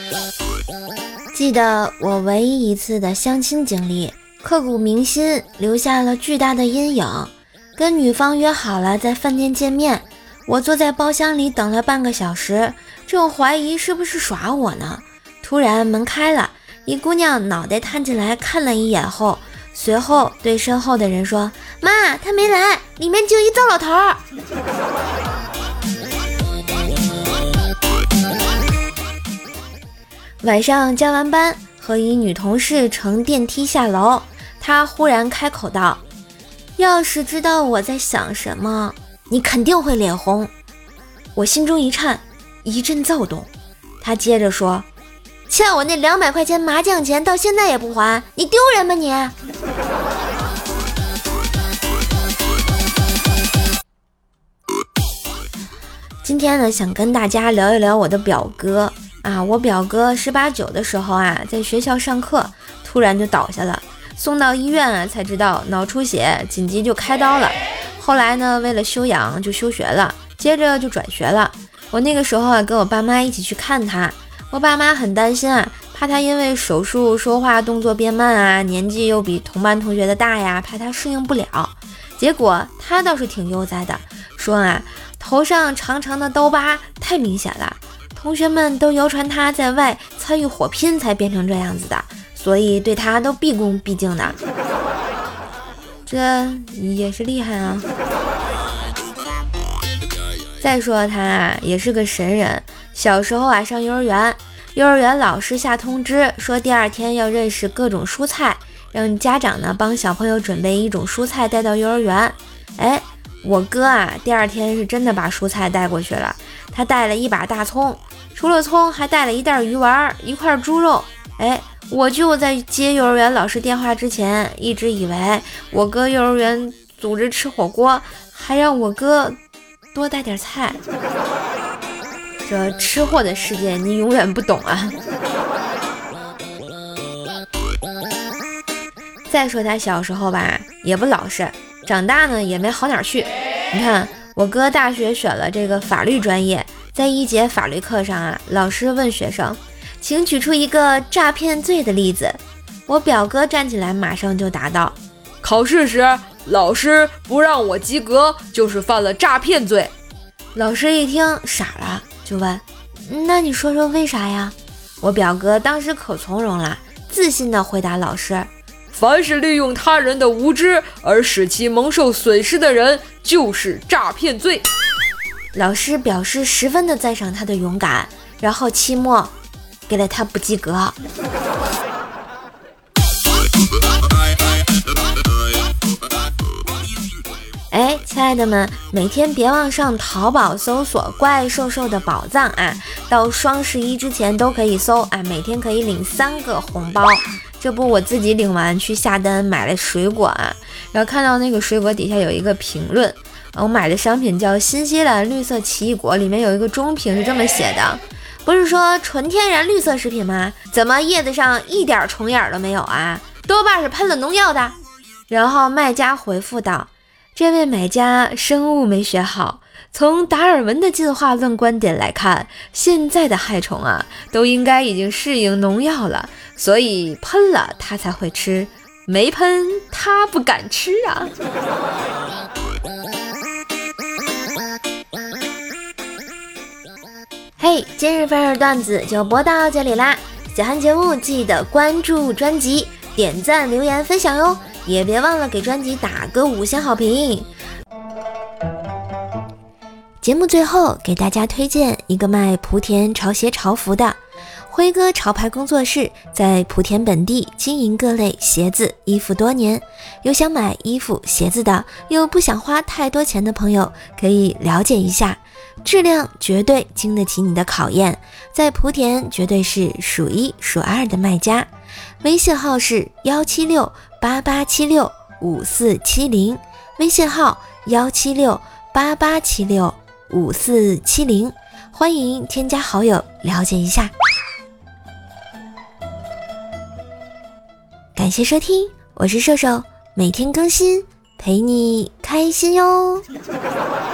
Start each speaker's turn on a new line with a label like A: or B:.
A: 记得我唯一一次的相亲经历，刻骨铭心，留下了巨大的阴影。跟女方约好了在饭店见面，我坐在包厢里等了半个小时，正怀疑是不是耍我呢，突然门开了，一姑娘脑袋探进来看了一眼后，随后对身后的人说：“妈，他没来，里面就一糟老头。”晚上加完班，和一女同事乘电梯下楼，她忽然开口道：“要是知道我在想什么，你肯定会脸红。”我心中一颤，一阵躁动。她接着说：“欠我那200块钱麻将钱到现在也不还，你丢人吧你！”今天呢，想跟大家聊一聊我的表哥啊。我表哥18、19的时候啊，在学校上课，突然就倒下了，送到医院啊，才知道脑出血，紧急就开刀了。后来呢，为了休养就休学了，接着就转学了。我那个时候啊，跟我爸妈一起去看他，我爸妈很担心啊，怕他因为手术说话动作变慢啊，年纪又比同班同学的大呀，怕他适应不了。结果他倒是挺悠哉的，说啊，头上长长的刀疤太明显了，同学们都谣传他在外参与火拼才变成这样子的，所以对他都毕恭毕敬的。这也是厉害啊。再说他啊，也是个神人。小时候啊，上幼儿园，幼儿园老师下通知说第2天要认识各种蔬菜，让家长呢帮小朋友准备一种蔬菜带到幼儿园。哎，我哥啊，第2天是真的把蔬菜带过去了。他带了一把大葱，除了葱还带了一袋鱼丸，一块猪肉。哎，我就在接幼儿园老师电话之前，一直以为我哥幼儿园组织吃火锅，还让我哥多带点菜。这吃货的世界你永远不懂啊。再说他小时候吧，也不老实，长大呢也没好哪儿去。你看我哥大学选了这个法律专业，在一节法律课上啊，老师问学生，请举出一个诈骗罪的例子。我表哥站起来马上就答道：
B: 考试时老师不让我及格，就是犯了诈骗罪。
A: 老师一听傻了，就问：那你说说为啥呀？我表哥当时可从容了，自信地回答老师：
B: 凡是利用他人的无知而使其蒙受损失的人，就是诈骗罪。
A: 老师表示十分的赞赏他的勇敢，然后期末给了他不及格。哎，亲爱的们，每天别忘上淘宝搜索怪兽兽的宝藏啊，到双11之前都可以搜啊，每天可以领3个红包。这不我自己领完去下单买了水果啊，然后看到那个水果底下有一个评论，我买的商品叫新西兰绿色奇异果，里面有一个中评是这么写的：不是说纯天然绿色食品吗？怎么叶子上一点虫眼都没有啊？多半是喷了农药的。然后卖家回复道：这位买家生物没学好，从达尔文的进化论观点来看，现在的害虫啊都应该已经适应农药了，所以喷了它才会吃，没喷它不敢吃啊。嘿，今日份段子就播到这里啦，喜欢节目记得关注专辑，点赞留言分享哟，也别忘了给专辑打个5星好评。节目最后给大家推荐一个卖莆田潮鞋潮服的辉哥潮牌工作室，在莆田本地经营各类鞋子衣服多年，有想买衣服鞋子的，又不想花太多钱的朋友可以了解一下，质量绝对经得起你的考验，在莆田绝对是数1数2的卖家。微信号是17688765470，微信号17688765470，欢迎添加好友了解一下。感谢收听，我是瘦瘦，每天更新，陪你开心哟。